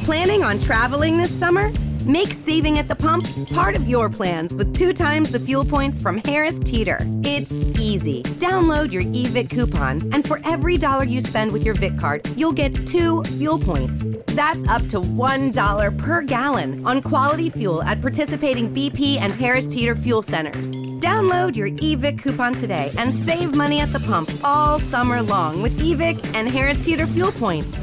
Planning on traveling this summer? Make saving at the pump part of your plans with 2 times the fuel points from Harris Teeter. It's easy. Download your eVic coupon, and for every $1 you spend with your Vic card, you'll get 2 fuel points. That's up to $1 per gallon on quality fuel at participating BP and Harris Teeter fuel centers. Download your eVic coupon today and save money at the pump all summer long with eVic and Harris Teeter fuel points.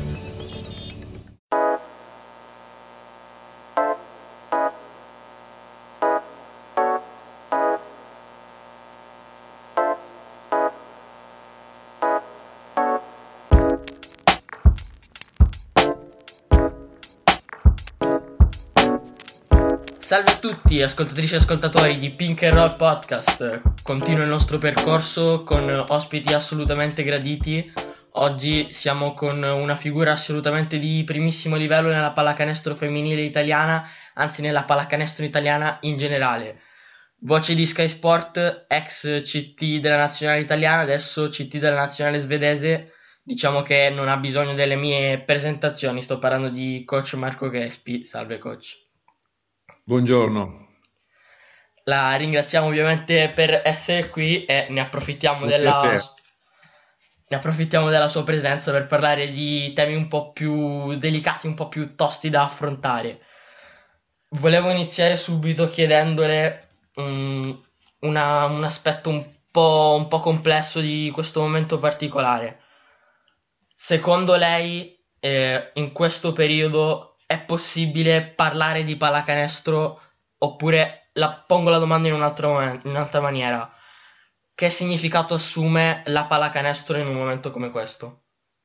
Salve a tutti, ascoltatrici e ascoltatori di Pink and Roll Podcast. Continua il nostro percorso con ospiti assolutamente graditi. Oggi siamo con una figura assolutamente di primissimo livello nella pallacanestro femminile italiana, anzi nella pallacanestro italiana in generale. Voce di Sky Sport, ex CT della nazionale italiana, adesso CT della nazionale svedese. Diciamo che non ha bisogno delle mie presentazioni, sto parlando di coach Marco Crespi. Salve coach. Buongiorno. La ringraziamo ovviamente per essere qui e ne approfittiamo della sua presenza per parlare di temi un po' più delicati, un po' più tosti da affrontare. Volevo iniziare subito chiedendole un aspetto un po' complesso di questo momento particolare. Secondo lei, in questo periodo è possibile parlare di pallacanestro, oppure pongo la domanda in un'altra maniera: che significato assume la pallacanestro in un momento come questo?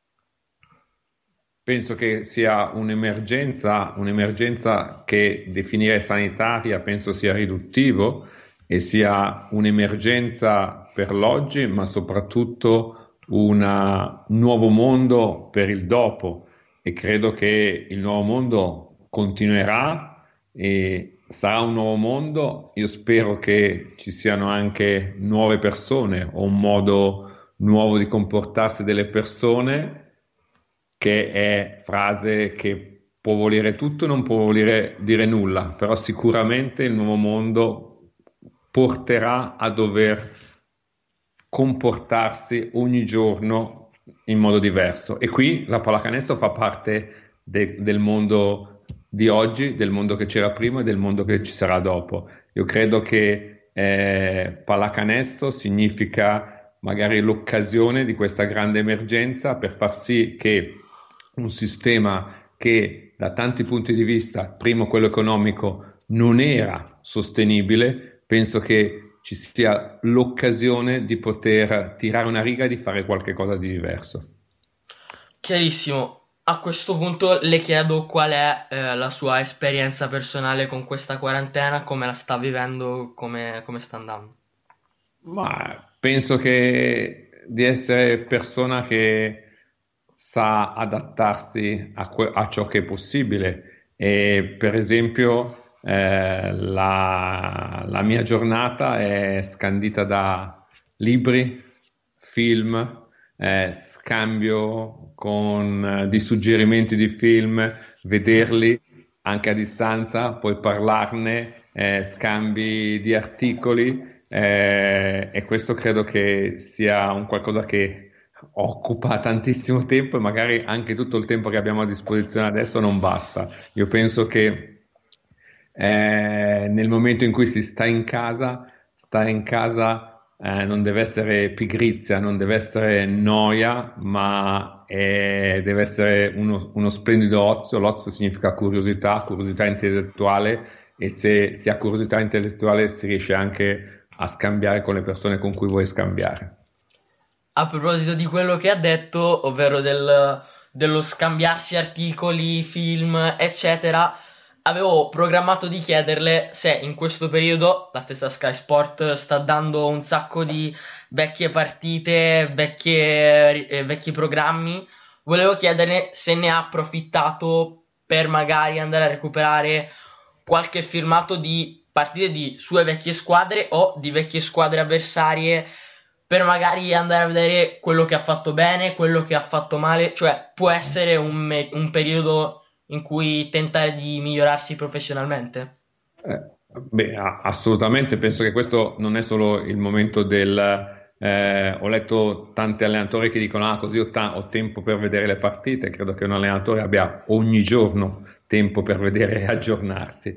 Penso che sia un'emergenza che definire sanitaria penso sia riduttivo e sia un'emergenza per l'oggi, ma soprattutto un nuovo mondo per il dopo. E credo che il nuovo mondo continuerà e sarà un nuovo mondo. Io spero che ci siano anche nuove persone o un modo nuovo di comportarsi delle persone, che è frase che può volere tutto e non può volere dire nulla, però sicuramente il nuovo mondo porterà a dover comportarsi ogni giorno in modo diverso, e qui la pallacanestro fa parte del mondo di oggi, del mondo che c'era prima e del mondo che ci sarà dopo. Io credo che pallacanestro significa magari l'occasione di questa grande emergenza per far sì che un sistema che da tanti punti di vista, primo quello economico, non era sostenibile, penso che ci sia l'occasione di poter tirare una riga e di fare qualche cosa di diverso. Chiarissimo. A questo punto le chiedo qual è la sua esperienza personale con questa quarantena, come la sta vivendo, come sta andando. Ma penso che di essere persona che sa adattarsi a ciò che è possibile, e per esempio la mia giornata è scandita da libri, film, scambio di suggerimenti di film, vederli anche a distanza, poi parlarne, scambi di articoli, e questo credo che sia un qualcosa che occupa tantissimo tempo, e magari anche tutto il tempo che abbiamo a disposizione adesso non basta. Io penso che nel momento in cui si sta in casa non deve essere pigrizia, non deve essere noia, ma deve essere uno splendido ozio. L'ozio significa curiosità intellettuale, e se si ha curiosità intellettuale si riesce anche a scambiare con le persone con cui vuoi scambiare. A proposito di quello che ha detto, ovvero dello scambiarsi articoli, film, eccetera, avevo programmato di chiederle se in questo periodo la stessa Sky Sport sta dando un sacco di vecchie partite, vecchi programmi. Volevo chiederle se ne ha approfittato per magari andare a recuperare qualche filmato di partite di sue vecchie squadre o di vecchie squadre avversarie, per magari andare a vedere quello che ha fatto bene, quello che ha fatto male. Cioè può essere un periodo in cui tentare di migliorarsi professionalmente? Assolutamente, penso che questo non è solo il momento ho letto tanti allenatori che dicono: ah, così ho tempo per vedere le partite. Credo che un allenatore abbia ogni giorno tempo per vedere e aggiornarsi.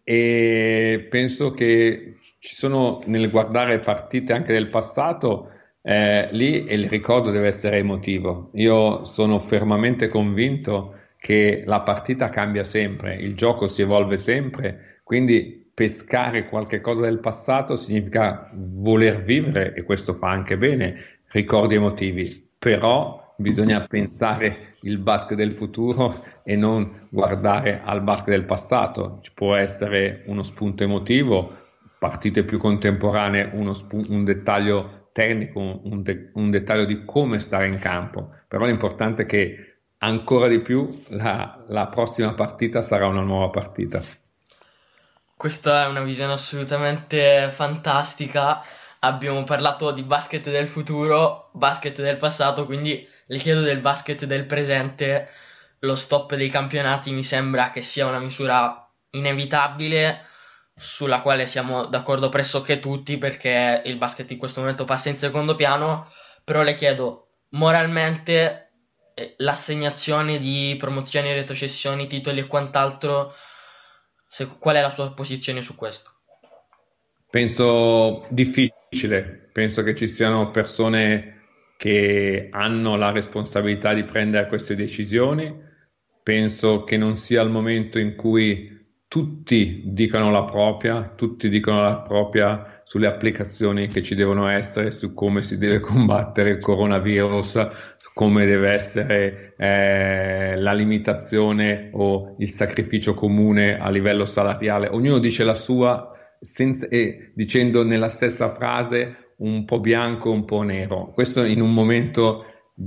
E penso che ci sono, nel guardare partite anche del passato, lì il ricordo deve essere emotivo. Io sono fermamente convinto che la partita cambia sempre, il gioco si evolve sempre, quindi pescare qualche cosa del passato significa voler vivere, e questo fa anche bene, ricordi emotivi, però bisogna pensare il basket del futuro e non guardare al basket del passato. Ci può essere uno spunto emotivo, partite più contemporanee, un dettaglio tecnico, un dettaglio di come stare in campo, però l'importante è che ancora di più la prossima partita sarà una nuova partita. Questa è una visione assolutamente fantastica. Abbiamo parlato di basket del futuro, basket del passato, quindi le chiedo del basket del presente. Lo stop dei campionati mi sembra che sia una misura inevitabile, sulla quale siamo d'accordo pressoché tutti, perché il basket in questo momento passa in secondo piano. Però le chiedo, moralmente, l'assegnazione di promozioni, retrocessioni, titoli e quant'altro, qual è la sua posizione su questo? Penso difficile, penso che ci siano persone che hanno la responsabilità di prendere queste decisioni, penso che non sia il momento in cui tutti dicono la propria sulle applicazioni che ci devono essere, su come si deve combattere il coronavirus, su come deve essere la limitazione o il sacrificio comune a livello salariale. Ognuno dice la sua dicendo nella stessa frase un po' bianco, un po' nero. Questo in un momento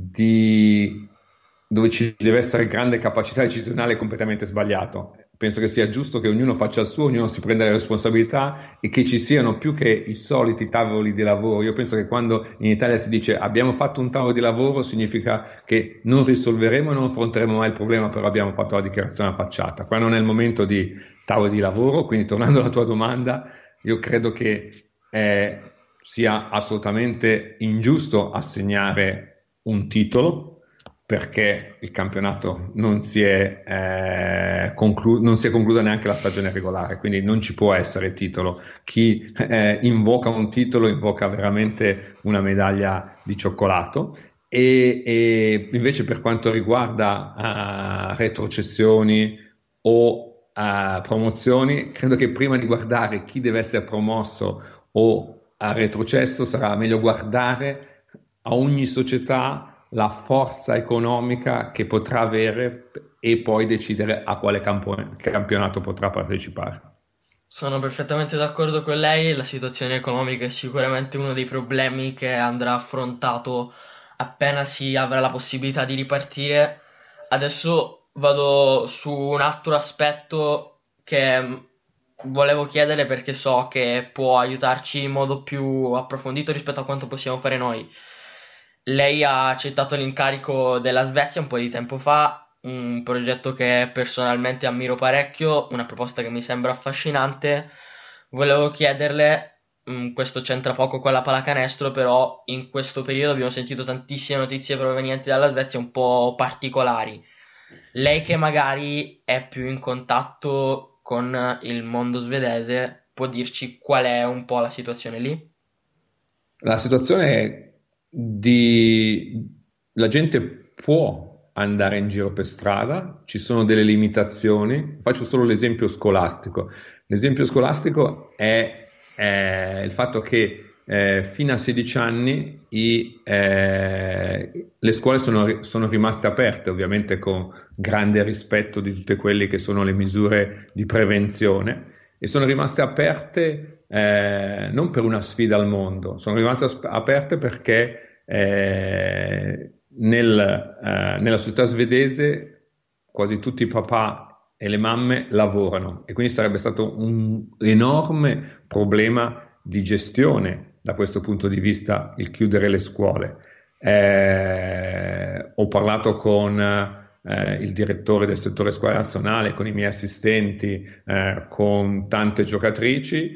dove ci deve essere grande capacità decisionale completamente sbagliato. Penso che sia giusto che ognuno faccia il suo, ognuno si prenda le responsabilità e che ci siano più che i soliti tavoli di lavoro. Io penso che quando in Italia si dice abbiamo fatto un tavolo di lavoro, significa che non risolveremo e non affronteremo mai il problema, però abbiamo fatto la dichiarazione a facciata. Qua non è il momento di tavoli di lavoro, quindi tornando alla tua domanda, io credo che sia assolutamente ingiusto assegnare un titolo, perché il campionato non si è conclusa neanche la stagione regolare, quindi non ci può essere titolo. Chi invoca un titolo invoca veramente una medaglia di cioccolato. E invece per quanto riguarda retrocessioni o promozioni, credo che prima di guardare chi deve essere promosso o retrocesso sarà meglio guardare a ogni società la forza economica che potrà avere e poi decidere a quale campionato potrà partecipare. Sono perfettamente d'accordo con lei, la situazione economica è sicuramente uno dei problemi che andrà affrontato appena si avrà la possibilità di ripartire. Adesso vado su un altro aspetto che volevo chiedere, perché so che può aiutarci in modo più approfondito rispetto a quanto possiamo fare noi. Lei ha accettato l'incarico della Svezia un po' di tempo fa, un progetto che personalmente ammiro parecchio, una proposta che mi sembra affascinante. Volevo chiederle, questo c'entra poco con la pallacanestro, però in questo periodo abbiamo sentito tantissime notizie provenienti dalla Svezia un po' particolari. Lei, che magari è più in contatto con il mondo svedese, può dirci qual è un po' la situazione lì? La situazione la gente può andare in giro per strada, ci sono delle limitazioni. Faccio solo l'esempio scolastico. L'esempio scolastico è il fatto che fino a 16 anni le scuole sono rimaste aperte, ovviamente con grande rispetto di tutte quelle che sono le misure di prevenzione, e sono rimaste aperte non per una sfida al mondo, sono rimaste aperte perché nella società svedese quasi tutti i papà e le mamme lavorano, e quindi sarebbe stato un enorme problema di gestione da questo punto di vista il chiudere le scuole. Ho parlato con il direttore del settore squadra nazionale, con i miei assistenti, con tante giocatrici,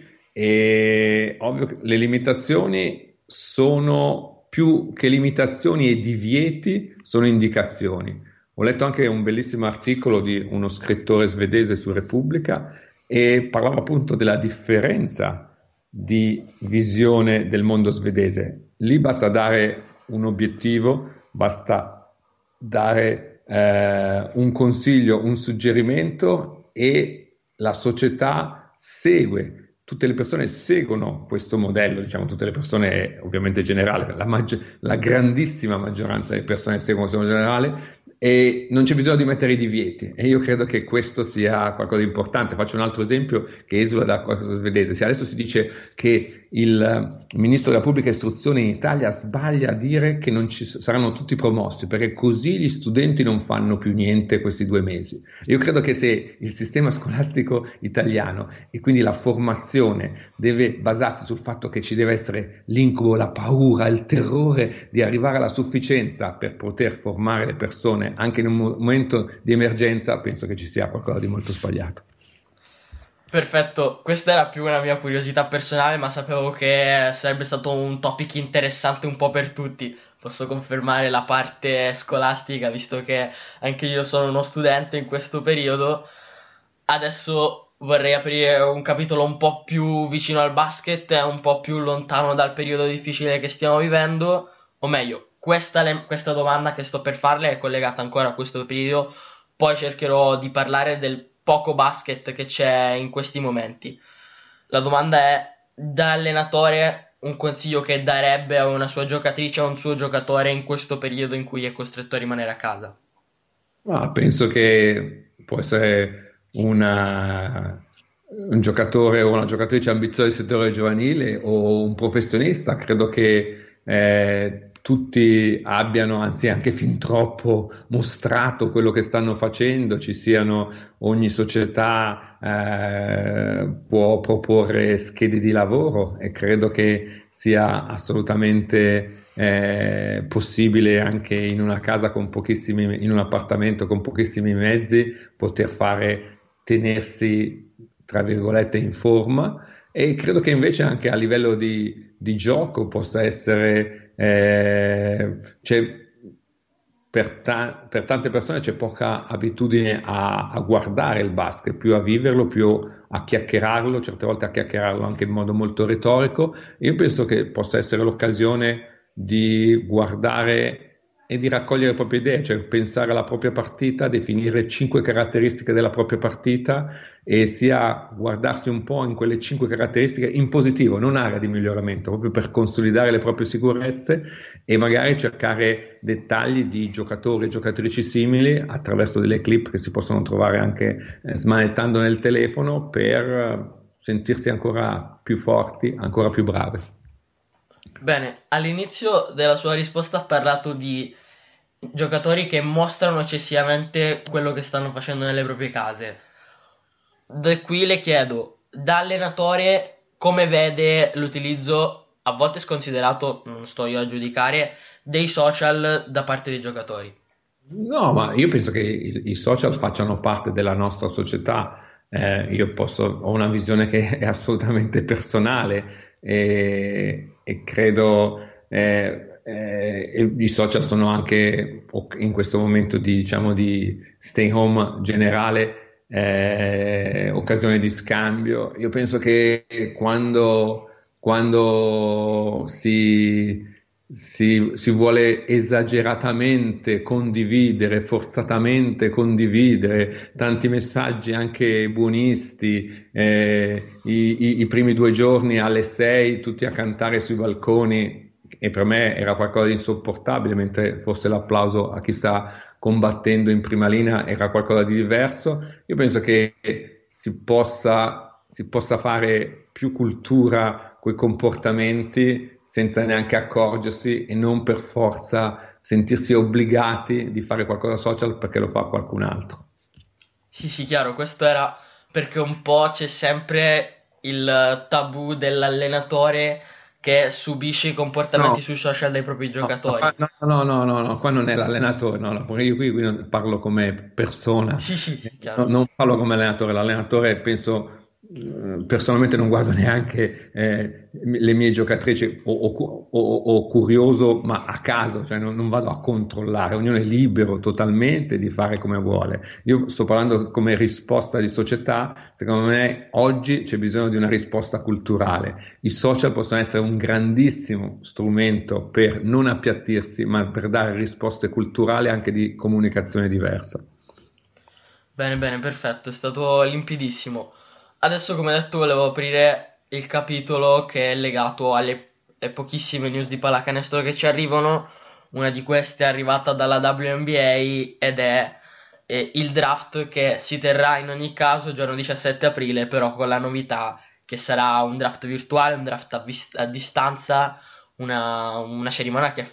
e ovvio che le limitazioni sono più che limitazioni e divieti, sono indicazioni. Ho letto anche un bellissimo articolo di uno scrittore svedese su Repubblica e parlava appunto della differenza di visione del mondo svedese. Lì basta dare un obiettivo, basta dare un consiglio, un suggerimento, e la società segue. Tutte le persone seguono questo modello, diciamo, tutte le persone, ovviamente generale, la grandissima maggioranza delle persone seguono questo modello generale, e non c'è bisogno di mettere i divieti, e io credo che questo sia qualcosa di importante. Faccio un altro esempio che esula da qualcosa svedese. Se adesso si dice che il ministro della pubblica istruzione in Italia sbaglia a dire che non ci saranno tutti promossi, perché così gli studenti non fanno più niente questi 2 mesi. Io credo che se il sistema scolastico italiano, e quindi la formazione, deve basarsi sul fatto che ci deve essere l'incubo, la paura, il terrore di arrivare alla sufficienza per poter formare le persone anche in un momento di emergenza, penso che ci sia qualcosa di molto sbagliato. Perfetto, questa era più una mia curiosità personale, ma sapevo che sarebbe stato un topic interessante un po' per tutti. Posso confermare la parte scolastica, visto che anche io sono uno studente in questo periodo. Adesso vorrei aprire un capitolo un po' più vicino al basket, un po' più lontano dal periodo difficile che stiamo vivendo, o meglio, questa domanda che sto per farle è collegata ancora a questo periodo, poi cercherò di parlare del poco basket che c'è in questi momenti. La domanda è: da allenatore, un consiglio che darebbe a una sua giocatrice o a un suo giocatore in questo periodo in cui è costretto a rimanere a casa? Penso che può essere un giocatore o una giocatrice ambiziosa del settore giovanile o un professionista. Credo che tutti abbiano, anzi anche fin troppo, mostrato quello che stanno facendo. Ogni società può proporre schede di lavoro, e credo che sia assolutamente possibile, anche in una casa in un appartamento con pochissimi mezzi, tenersi tra virgolette in forma. E credo che invece anche a livello di gioco possa essere per tante persone c'è poca abitudine a guardare il basket, più a viverlo, più a chiacchierarlo, certe volte a chiacchierarlo anche in modo molto retorico. Io penso che possa essere l'occasione di guardare e di raccogliere le proprie idee, cioè pensare alla propria partita, definire 5 caratteristiche della propria partita, e sia guardarsi un po' in quelle 5 caratteristiche in positivo, non area di miglioramento, proprio per consolidare le proprie sicurezze, e magari cercare dettagli di giocatori e giocatrici simili attraverso delle clip che si possono trovare anche smanettando nel telefono, per sentirsi ancora più forti, ancora più brave. Bene, all'inizio della sua risposta ha parlato di giocatori che mostrano eccessivamente quello che stanno facendo nelle proprie case. Da qui le chiedo, da allenatore, come vede l'utilizzo, a volte sconsiderato, non sto io a giudicare, dei social da parte dei giocatori? No, ma io penso che i social facciano parte della nostra società. Ho una visione che è assolutamente personale, e credo i social sono anche, in questo momento di stay home generale, occasione di scambio. Io penso che quando si vuole esageratamente condividere, forzatamente condividere tanti messaggi anche buonisti, i primi 2 giorni alle 6 tutti a cantare sui balconi, e per me era qualcosa di insopportabile, mentre forse l'applauso a chi sta combattendo in prima linea era qualcosa di diverso. Io penso che si possa fare più cultura coi comportamenti senza neanche accorgersi, e non per forza sentirsi obbligati di fare qualcosa social perché lo fa qualcun altro. Sì, chiaro, questo era perché un po' c'è sempre il tabù dell'allenatore che subisce i comportamenti No, sui social dei propri no, giocatori. no, qua non è l'allenatore, no, io qui non parlo come persona, Sì, sì, chiaro. non parlo come allenatore, l'allenatore penso, personalmente non guardo neanche le mie giocatrici o curioso, ma a caso, cioè non vado a controllare, ognuno è libero totalmente di fare come vuole. Io sto parlando come risposta di società, secondo me oggi c'è bisogno di una risposta culturale. I social possono essere un grandissimo strumento per non appiattirsi, ma per dare risposte culturali anche di comunicazione diversa. Bene, bene, perfetto, è stato limpidissimo. Adesso, come detto, volevo aprire il capitolo che è legato alle pochissime news di pallacanestro che ci arrivano. Una di queste è arrivata dalla WNBA ed è il draft che si terrà in ogni caso il giorno 17 aprile, però con la novità che sarà un draft virtuale, un draft a distanza, una cerimonia che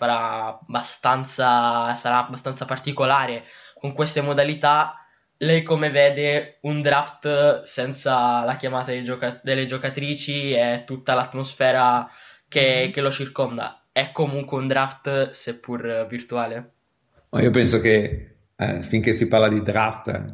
sarà abbastanza particolare con queste modalità. Lei come vede un draft senza la chiamata delle giocatrici e tutta l'atmosfera che lo circonda? È comunque un draft seppur virtuale? Ma io penso che finché si parla di draft,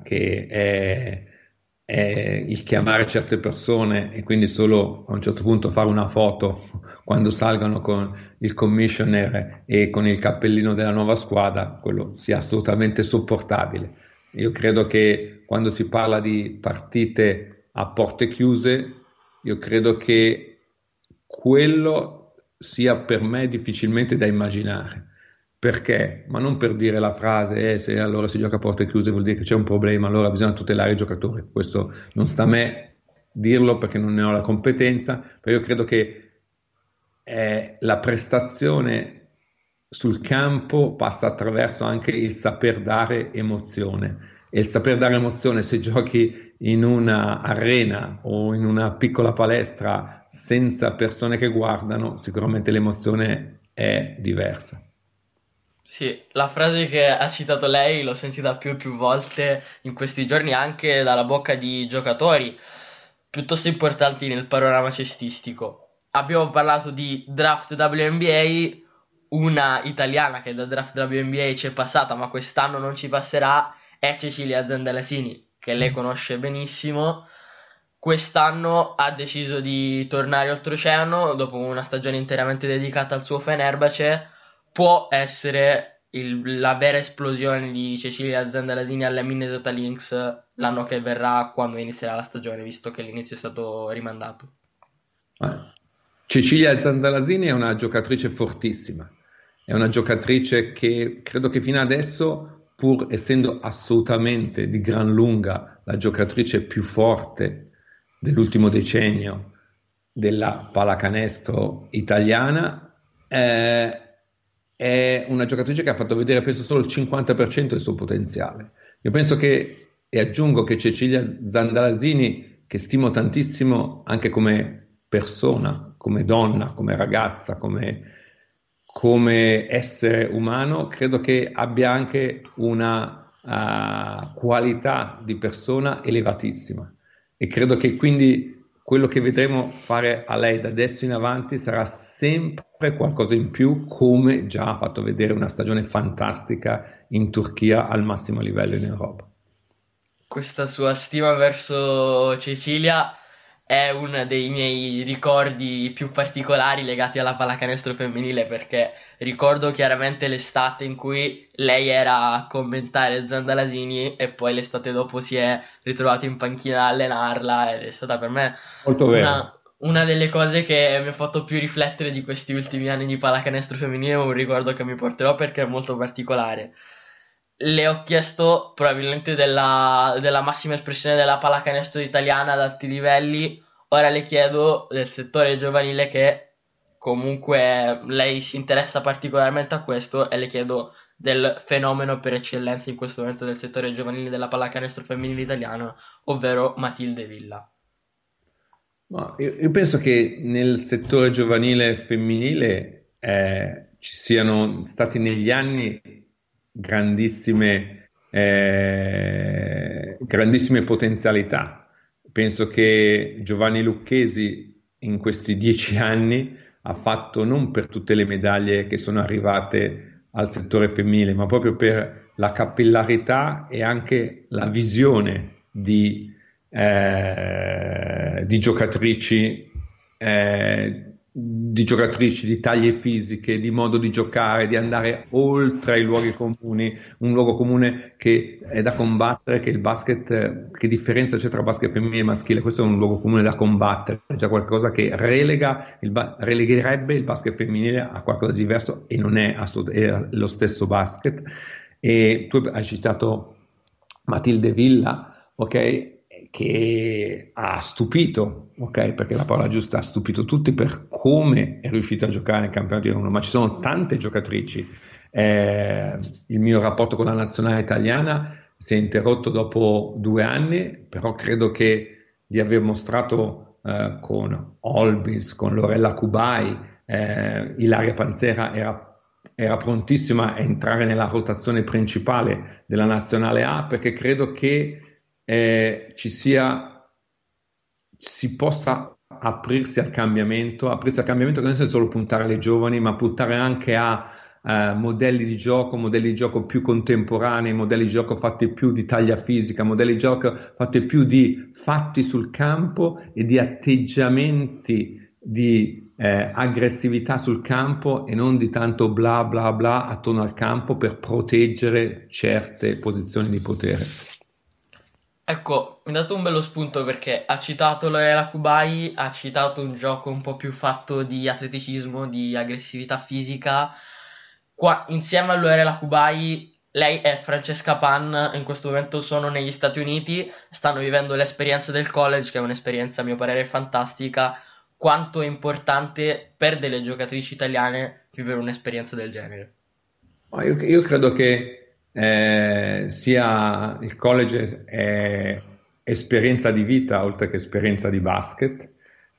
è il chiamare certe persone e quindi solo a un certo punto fare una foto quando salgano con il commissioner e con il cappellino della nuova squadra, quello sia assolutamente sopportabile. Io credo che quando si parla di partite a porte chiuse, io credo che quello sia per me difficilmente da immaginare. Perché? Ma non per dire la frase, se allora si gioca a porte chiuse vuol dire che c'è un problema, allora bisogna tutelare i giocatori. Questo non sta a me dirlo perché non ne ho la competenza, però io credo che la prestazione sul campo passa attraverso anche il saper dare emozione. E il saper dare emozione, se giochi in una arena o in una piccola palestra senza persone che guardano, sicuramente l'emozione è diversa. Sì, la frase che ha citato lei l'ho sentita più e più volte in questi giorni anche dalla bocca di giocatori piuttosto importanti nel panorama cestistico. Abbiamo parlato di draft WNBA, una italiana che dal draft WNBA ci è passata ma quest'anno non ci passerà è Cecilia Zandalasini, che lei conosce benissimo. Quest'anno ha deciso di tornare oltreoceano dopo una stagione interamente dedicata al suo Fenerbahce. Può essere la vera esplosione di Cecilia Zandalasini alle Minnesota Lynx l'anno che verrà quando inizierà la stagione, visto che l'inizio è stato rimandato. Cecilia Zandalasini è una giocatrice fortissima, è una giocatrice che credo che fino adesso, pur essendo assolutamente di gran lunga la giocatrice più forte dell'ultimo decennio della pallacanestro italiana, è una giocatrice che ha fatto vedere penso solo il 50% del suo potenziale. Io penso che, e aggiungo che Cecilia Zandalasini, che stimo tantissimo anche come persona, come donna, come ragazza, come essere umano, credo che abbia anche una qualità di persona elevatissima e credo che quindi quello che vedremo fare a lei da adesso in avanti sarà sempre qualcosa in più, come già ha fatto vedere una stagione fantastica in Turchia al massimo livello in Europa. Questa sua stima verso Cecilia è uno dei miei ricordi più particolari legati alla pallacanestro femminile, perché ricordo chiaramente l'estate in cui lei era a commentare Zandalasini e poi l'estate dopo si è ritrovata in panchina a allenarla ed è stata per me Molto vero. una delle cose che mi ha fatto più riflettere di questi ultimi anni di pallacanestro femminile, un ricordo che mi porterò perché è molto particolare. Le ho chiesto probabilmente della massima espressione della pallacanestro italiana ad alti livelli, ora le chiedo del settore giovanile che comunque lei si interessa particolarmente a questo e le chiedo del fenomeno per eccellenza in questo momento del settore giovanile della pallacanestro femminile italiana, ovvero Matilde Villa. Ma io penso che nel settore giovanile femminile ci siano stati negli anni grandissime potenzialità. Penso che Giovanni Lucchesi in questi 10 anni ha fatto non per tutte le medaglie che sono arrivate al settore femminile, ma proprio per la capillarità e anche la visione di giocatrici, di taglie fisiche, di modo di giocare, di andare oltre i luoghi comuni, un luogo comune che è da combattere, che il basket, che differenza c'è tra basket femminile e maschile? Questo è un luogo comune da combattere, è già qualcosa che relegherebbe il basket femminile a qualcosa di diverso, e non è lo stesso basket. E tu hai citato Matilde Villa, ok? Che ha stupito, ok? Perché la parola giusta, ha stupito tutti per come è riuscita a giocare nel campionato di uno, ma ci sono tante giocatrici. Il mio rapporto con la nazionale italiana si è interrotto dopo 2 anni, però credo che di aver mostrato con Olbis, con Lorella Kubai, Ilaria Panzera era prontissima a entrare nella rotazione principale della nazionale A, perché credo che si possa aprirsi al cambiamento che non è solo puntare alle giovani, ma puntare anche a modelli di gioco più contemporanei, modelli di gioco fatti più di taglia fisica, modelli di gioco fatti più di fatti sul campo e di atteggiamenti di aggressività sul campo, e non di tanto bla bla bla attorno al campo per proteggere certe posizioni di potere. Ecco, mi ha dato un bello spunto, perché ha citato Lorella Kubai, ha citato un gioco un po' più fatto di atleticismo, di aggressività fisica. Qua, insieme a Lorella Kubai, lei e Francesca Pan in questo momento sono negli Stati Uniti, stanno vivendo l'esperienza del college, che è un'esperienza a mio parere fantastica. Quanto è importante per delle giocatrici italiane vivere un'esperienza del genere? Io credo che sia il college è esperienza di vita oltre che esperienza di basket,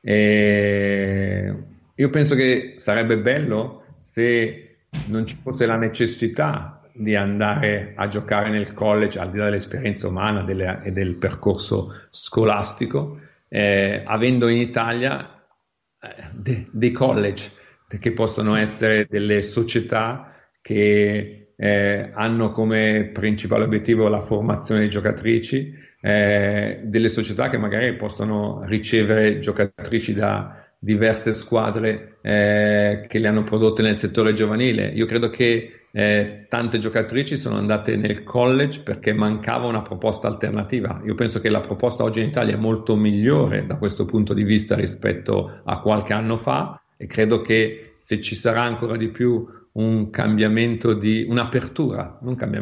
e io penso che sarebbe bello se non ci fosse la necessità di andare a giocare nel college, al di là dell'esperienza umana e del percorso scolastico, avendo in Italia dei college che possono essere delle società che hanno come principale obiettivo la formazione di giocatrici, delle società che magari possono ricevere giocatrici da diverse squadre che le hanno prodotte nel settore giovanile. Io credo che tante giocatrici sono andate nel college perché mancava una proposta alternativa. Io penso che la proposta oggi in Italia è molto migliore da questo punto di vista rispetto a qualche anno fa, e credo che se ci sarà ancora di più un cambiamento un'apertura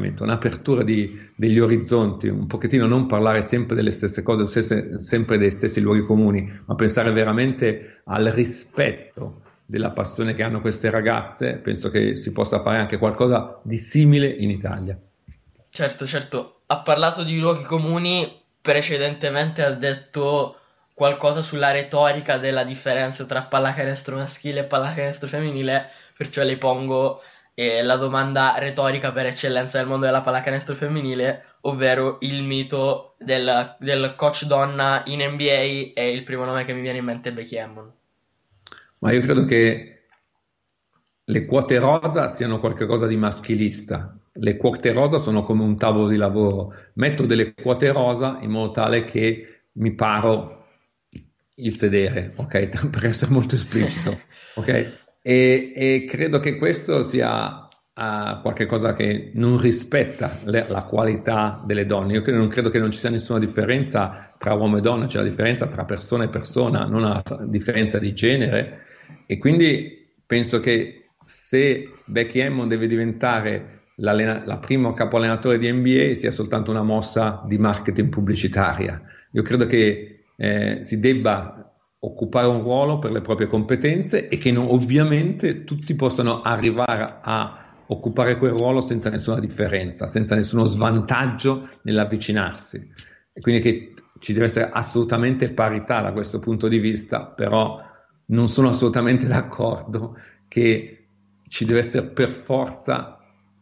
degli orizzonti, un pochettino non parlare sempre delle stesse cose, sempre dei stessi luoghi comuni, ma pensare veramente al rispetto della passione che hanno queste ragazze, penso che si possa fare anche qualcosa di simile in Italia. Certo, ha parlato di luoghi comuni, precedentemente ha detto qualcosa sulla retorica della differenza tra pallacanestro maschile e pallacanestro femminile, perciò le pongo la domanda retorica per eccellenza del mondo della pallacanestro femminile, ovvero il mito del coach donna in NBA, e il primo nome che mi viene in mente è Becky Hammon. Ma io credo che le quote rosa siano qualcosa di maschilista. Le quote rosa sono come un tavolo di lavoro. Metto delle quote rosa in modo tale che mi paro il sedere, ok? Per essere molto esplicito, ok? E credo che questo sia qualche cosa che non rispetta la qualità delle donne. Io non credo che non ci sia nessuna differenza tra uomo e donna, c'è la differenza tra persona e persona, non una differenza di genere, e quindi penso che se Becky Hammon deve diventare la prima capo allenatore di NBA sia soltanto una mossa di marketing pubblicitaria. Io credo che si debba occupare un ruolo per le proprie competenze, e che ovviamente tutti possano arrivare a occupare quel ruolo senza nessuna differenza, senza nessuno svantaggio nell'avvicinarsi, e quindi che ci deve essere assolutamente parità da questo punto di vista. Però non sono assolutamente d'accordo che ci deve essere per forza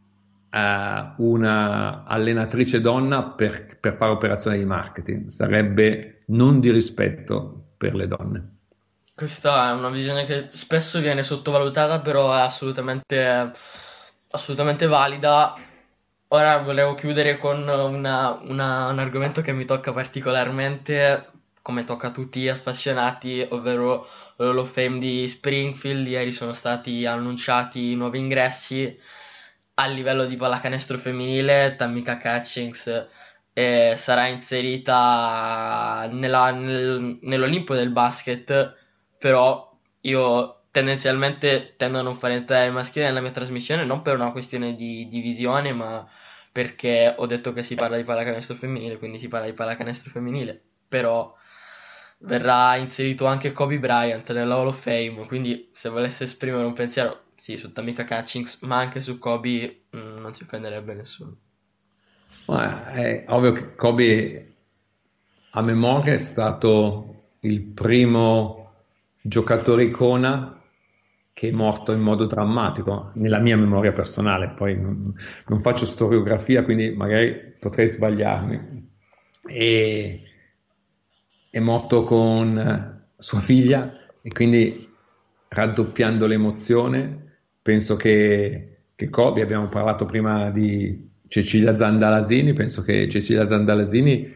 una allenatrice donna per fare operazioni di marketing. Sarebbe non di rispetto per le donne. Questa è una visione che spesso viene sottovalutata, però è assolutamente valida. Ora volevo chiudere con un argomento che mi tocca particolarmente, come tocca a tutti gli appassionati, ovvero l'Hall of Fame di Springfield. Ieri sono stati annunciati nuovi ingressi a livello di pallacanestro femminile. Tamika Catchings sarà inserita nell'Olimpo del basket, però io tendenzialmente tendo a non fare entrare il maschile nella mia trasmissione, non per una questione di divisione, ma perché ho detto che si parla di pallacanestro femminile, quindi si parla di pallacanestro femminile. Però verrà inserito anche Kobe Bryant nella Hall of Fame, quindi se volesse esprimere un pensiero, sì, su Tamika Catchings, ma anche su Kobe, non si offenderebbe nessuno. Ma è ovvio che Kobe a memoria è stato il primo giocatore icona che è morto in modo drammatico, nella mia memoria personale. Poi non faccio storiografia, quindi magari potrei sbagliarmi. E è morto con sua figlia, e quindi raddoppiando l'emozione, penso che Kobe, abbiamo parlato prima di Cecilia Zandalasini, penso che Cecilia Zandalasini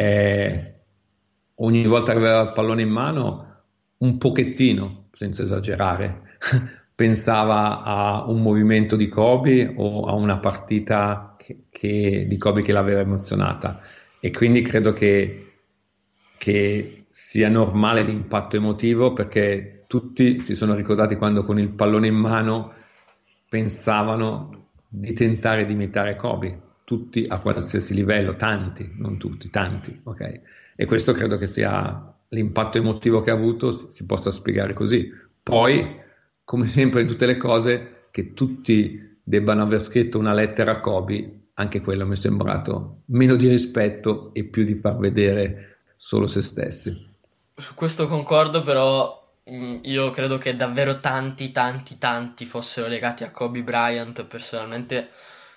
ogni volta che aveva il pallone in mano, un pochettino, senza esagerare, pensava a un movimento di Kobe o a una partita di Kobe che l'aveva emozionata, e quindi credo che sia normale l'impatto emotivo, perché tutti si sono ricordati quando con il pallone in mano pensavano di tentare di imitare Kobe, tutti a qualsiasi livello, tanti, non tutti, tanti, ok? E questo credo che sia l'impatto emotivo che ha avuto, si possa spiegare così. Poi, come sempre in tutte le cose, che tutti debbano aver scritto una lettera a Kobe, anche quello mi è sembrato meno di rispetto e più di far vedere solo se stessi. Su questo concordo, però io credo che davvero tanti fossero legati a Kobe Bryant. Personalmente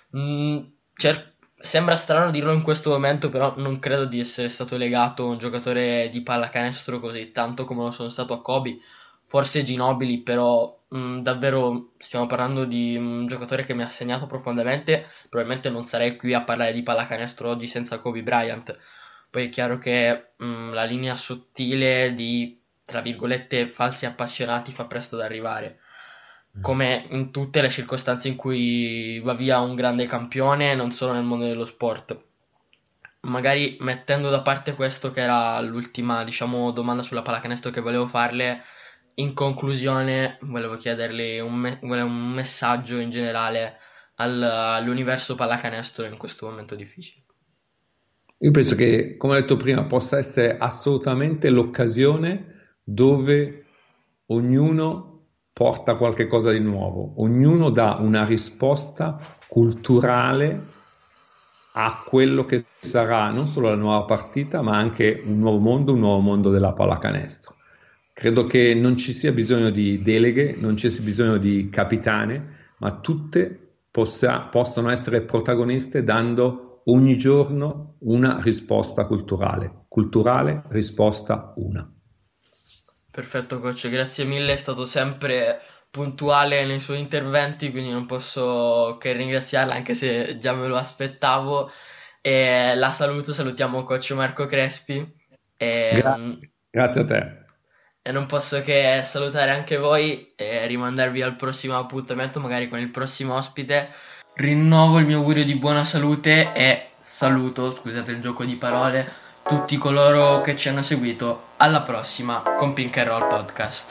sembra strano dirlo in questo momento, però non credo di essere stato legato a un giocatore di pallacanestro così tanto come lo sono stato a Kobe. Forse Ginobili, però davvero stiamo parlando di un giocatore che mi ha segnato profondamente. Probabilmente non sarei qui a parlare di pallacanestro oggi senza Kobe Bryant. Poi è chiaro che la linea sottile di, tra virgolette, falsi appassionati fa presto ad arrivare, come in tutte le circostanze in cui va via un grande campione, non solo nel mondo dello sport. Magari mettendo da parte questo, che era l'ultima, diciamo, domanda sulla pallacanestro che volevo farle, in conclusione volevo chiederle un messaggio in generale all'universo pallacanestro in questo momento difficile. Io penso che, come ho detto prima, possa essere assolutamente l'occasione dove ognuno porta qualche cosa di nuovo, ognuno dà una risposta culturale a quello che sarà non solo la nuova partita, ma anche un nuovo mondo della pallacanestro. Credo che non ci sia bisogno di deleghe, non ci sia bisogno di capitane, ma tutte possono essere protagoniste dando ogni giorno una risposta culturale. Culturale, risposta una. Perfetto, coach, grazie mille, è stato sempre puntuale nei suoi interventi, quindi non posso che ringraziarla, anche se già me lo aspettavo. E la salutiamo coach Marco Crespi. Grazie a te. E non posso che salutare anche voi e rimandarvi al prossimo appuntamento, magari con il prossimo ospite. Rinnovo il mio augurio di buona salute e saluto, scusate il gioco di parole, tutti coloro che ci hanno seguito. Alla prossima con Pink and Roll Podcast.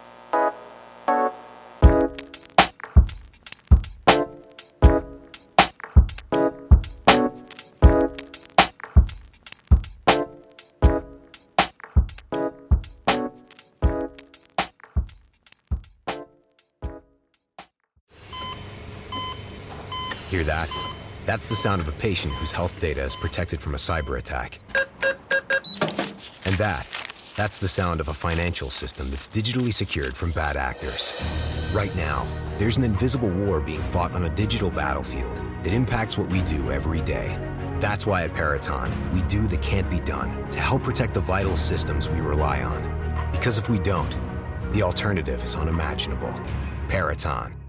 Hear that? That's the sound of a patient whose health data is protected from a cyber attack. And that's the sound of a financial system that's digitally secured from bad actors. Right now, there's an invisible war being fought on a digital battlefield that impacts what we do every day. That's why at Peraton, we do the can't be done to help protect the vital systems we rely on. Because if we don't, The alternative is unimaginable. Peraton,